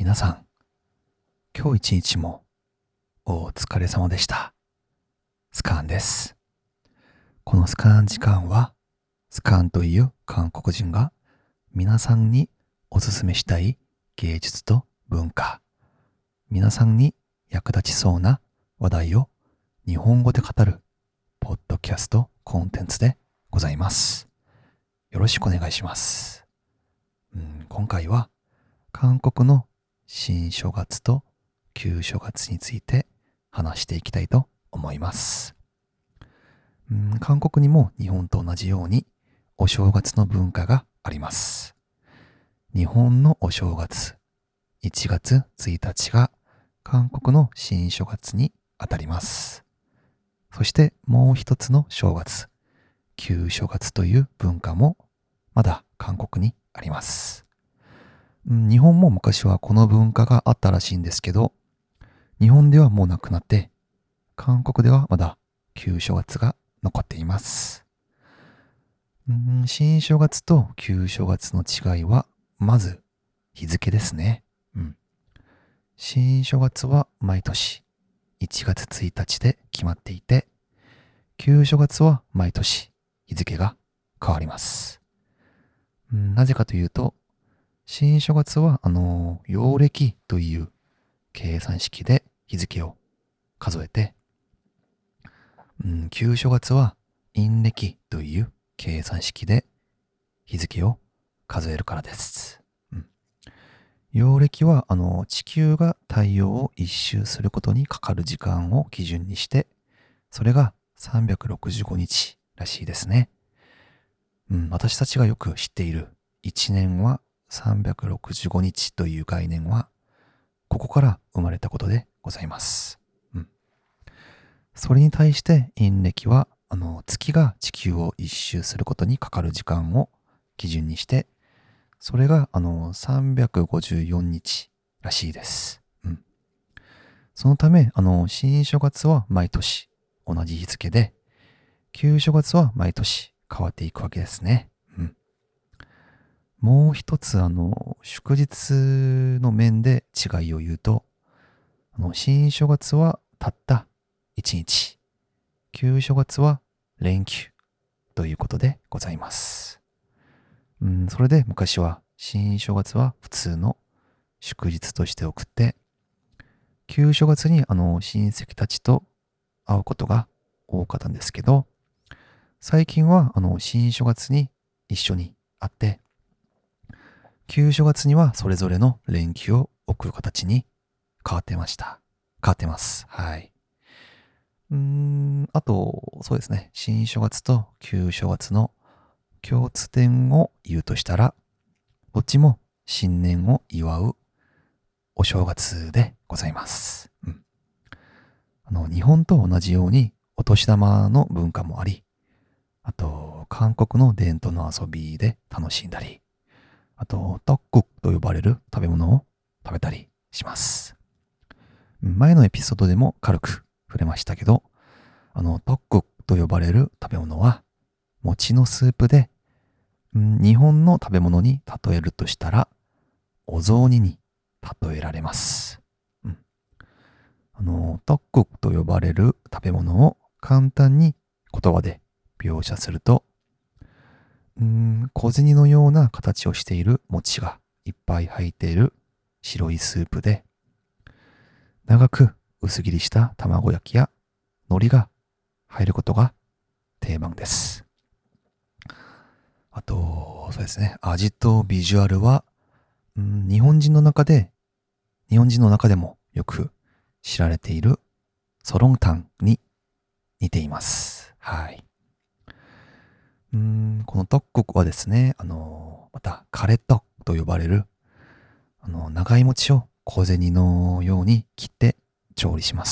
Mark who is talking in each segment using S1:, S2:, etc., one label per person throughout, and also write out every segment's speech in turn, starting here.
S1: 皆さん、今日一日もお疲れ様でした。スカーンです。このスカーン時間は、スカーンという韓国人が皆さんにおすすめしたい芸術と文化、皆さんに役立ちそうな話題を日本語で語るポッドキャストコンテンツでございます。よろしくお願いします。今回は韓国の新正月と旧正月について話していきたいと思います。韓国にも日本と同じようにお正月の文化があります。日本のお正月、1月1日が韓国の新正月にあたります。そしてもう一つの正月、旧正月という文化もまだ韓国にあります。日本も昔はこの文化があったらしいんですけど、日本ではもうなくなって、韓国ではまだ旧正月が残っています。新正月と旧正月の違いは、まず日付ですね。新正月は毎年1月1日で決まっていて、旧正月は毎年日付が変わります。なぜかというと、新正月は陽暦という計算式で日付を数えて、旧正月は陰暦という計算式で日付を数えるからです。陽暦は地球が太陽を一周することにかかる時間を基準にして、それが365日らしいですね。私たちがよく知っている1年は365日という概念は、ここから生まれたことでございます。それに対して陰暦は、月が地球を一周することにかかる時間を基準にして、それが354日らしいです。そのため、新正月は毎年同じ日付で、旧正月は毎年変わっていくわけですね。もう一つ、祝日の面で違いを言うと、新正月はたった1日、旧正月は連休ということでございます。それで昔は新正月は普通の祝日として送って、旧正月に親戚たちと会うことが多かったんですけど、最近は新正月に一緒に会って、旧正月にはそれぞれの連休を送る形に変わってます。はい。あと、そうですね。新正月と旧正月の共通点を言うとしたら、どっちも新年を祝うお正月でございます。日本と同じようにお年玉の文化もあり、あと、韓国の伝統の遊びで楽しんだり、あと、トックと呼ばれる食べ物を食べたりします。前のエピソードでも軽く触れましたけど、トックと呼ばれる食べ物は、餅のスープで、日本の食べ物に例えるとしたら、お雑煮に例えられます。トックと呼ばれる食べ物を簡単に言葉で描写すると、小銭のような形をしている餅がいっぱい入っている白いスープで、長く薄切りした卵焼きや海苔が入ることが定番です。あと、そうですね、味とビジュアルは、日本人の中でもよく知られているソロンタンに似ています。はい。このトックはですね、またカレットと呼ばれる、長い餅を小銭のように切って調理します。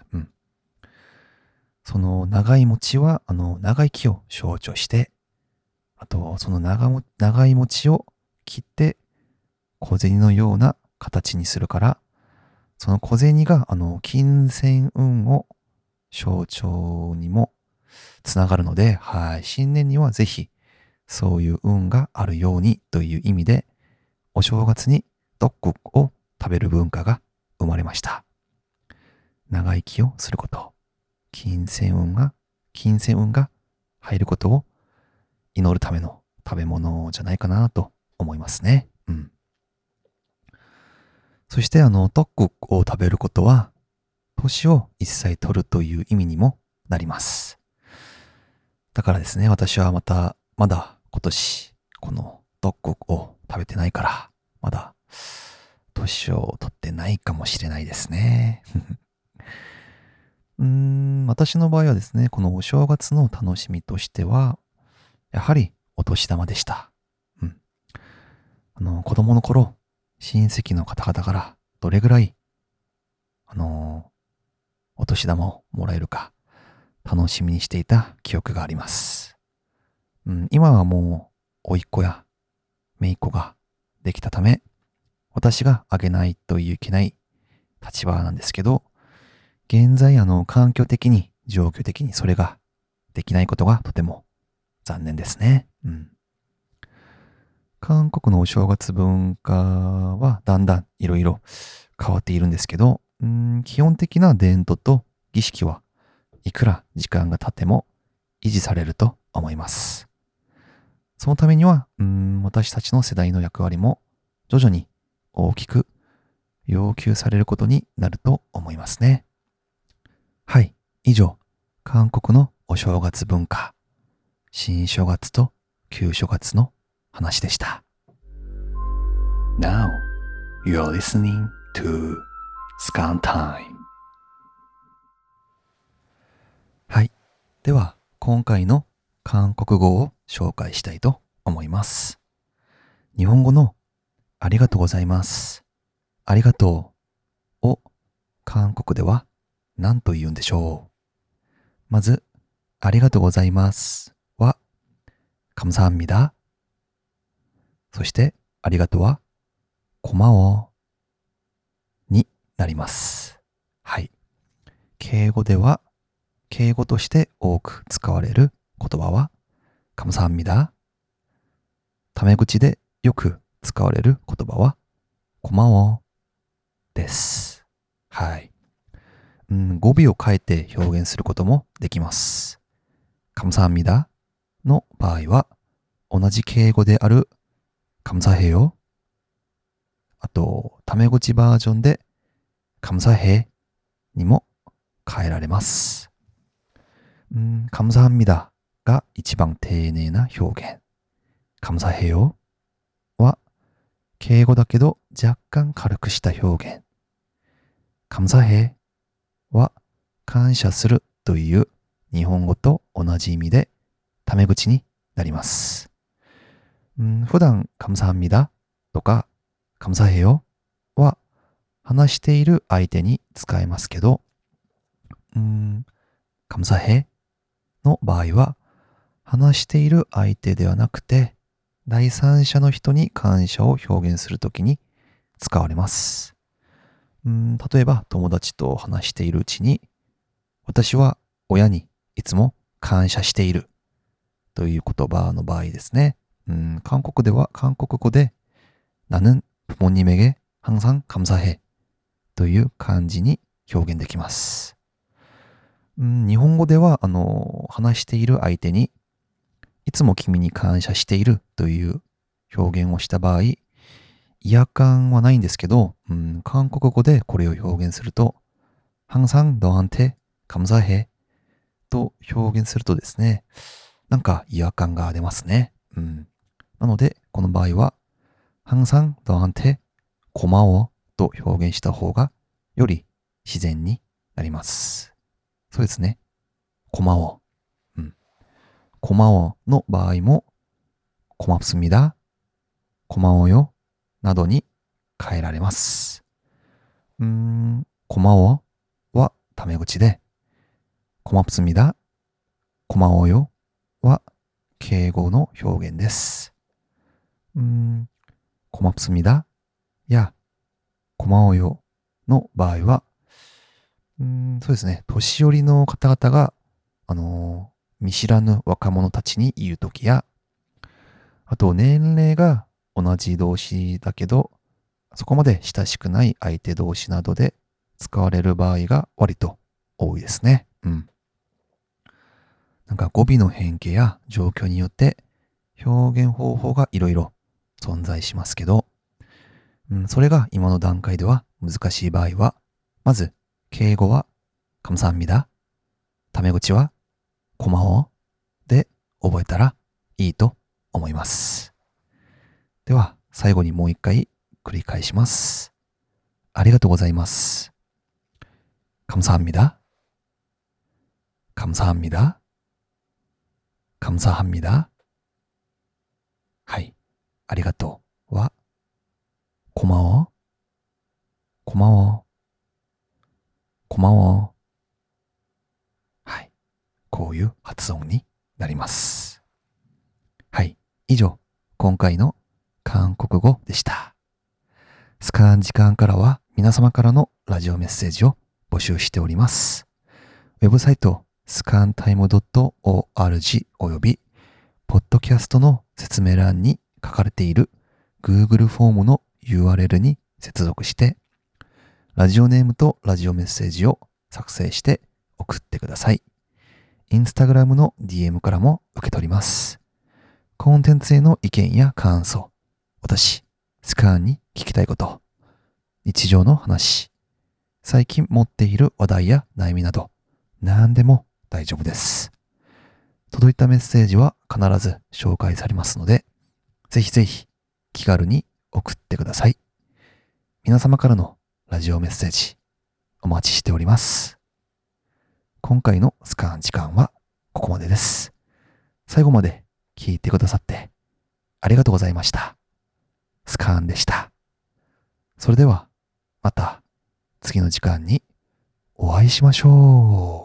S1: その長い餅は、長生きを象徴して、あと、その長い餅を切って小銭のような形にするから、その小銭が、金銭運を象徴にもつながるので、新年にはぜひ、そういう運があるようにという意味で、お正月にドッグを食べる文化が生まれました。長生きをすること、金銭運が入ることを祈るための食べ物じゃないかなと思いますね。そして떡국を食べることは、年を一切取るという意味にもなります。だからですね、私はまだ今年、この떡국を食べてないから、まだ年を取ってないかもしれないですね。私の場合はですね、このお正月の楽しみとしては、やはりお年玉でした。子供の頃、親戚の方々からどれぐらい、お年玉をもらえるか楽しみにしていた記憶があります。今はもう、甥っ子や姪っ子ができたため、私があげないといけない立場なんですけど、現在環境的に、状況的にそれができないことがとても残念ですね。韓国のお正月文化はだんだんいろいろ変わっているんですけど、基本的な伝統と儀式はいくら時間が経っても維持されると思います。そのためには、私たちの世代の役割も徐々に大きく要求されることになると思いますね。はい、以上、韓国のお正月文化、新正月と旧正月の話でした。Now, you're listening to Scan Time. はい。では、今回の韓国語を紹介したいと思います。日本語のありがとうございます。ありがとうを韓国では何と言うんでしょう。まず、ありがとうございますは、감사합니다。そして、ありがとうは、고마워になります。はい。敬語では、敬語として多く使われる言葉は、감사합니다。タメ口でよく使われる言葉は、고마워です。はい。語尾を変えて表現することもできます。감사합니다の場合は、同じ敬語である감사해요。あと、タメ口バージョンで감사해にも変えられます。감사합니다が一番丁寧な表現。감사해요は敬語だけど若干軽くした表現。감사해は感謝するという日本語と同じ意味でタメ口になります。普段감사합니다とか감사해요は話している相手に使えますけど、감사해の場合は話している相手ではなくて第三者の人に感謝を表現するときに使われます。例えば友達と話しているうちに私は親にいつも感謝しているという言葉の場合ですね。韓国語で나는 부모님에게 항상 감사해という漢字に表現できます。日本語では話している相手にいつも君に感謝しているという表現をした場合、違和感はないんですけど、韓国語でこれを表現すると항상 너한테 감사해と表現するとですね、なんか違和感が出ますね。なのでこの場合は항상 너한테 고마워と表現した方がより自然になります。そうですね。고마워。고마워の場合も고맙습니다、고마워요などに変えられます。고마워はタメ口で、고맙습니다、고마워요は敬語の表現です。고맙습니다や고마워요の場合は、そうですね、年寄りの方々が、見知らぬ若者たちに言うときや、あと年齢が同じ同士だけど、 そこまで親しくない相手同士などで使われる場合が割と多いですね。なんか語尾の変形や状況によって表現方法がいろいろ存在しますけど、それが今の段階では難しい場合は、まず敬語は감사합니다、タメ口は고마워で覚えたらいいと思います。では最後にもう一回繰り返します。ありがとうございます。감사합니다、감사합니다、감사합니다。はい。ありがとうは、고마워、고마워、고마워。はい。こういう発音になります。はい。以上、今回の韓国語でした。スカン時間からは皆様からのラジオメッセージを募集しております。ウェブサイト、スカンタイム .org および、ポッドキャストの説明欄に書かれている Google フォームの URL に接続して、ラジオネームとラジオメッセージを作成して送ってください。インスタグラムの DM からも受け取ります。コンテンツへの意見や感想、私、スカーンに聞きたいこと、日常の話、最近持っている話題や悩みなど、何でも大丈夫です。届いたメッセージは必ず紹介されますので、ぜひぜひ気軽に送ってください。皆様からのラジオメッセージお待ちしております。今回のスカーン時間はここまでです。最後まで聞いてくださってありがとうございました。スカーンでした。それではまた次の時間にお会いしましょう。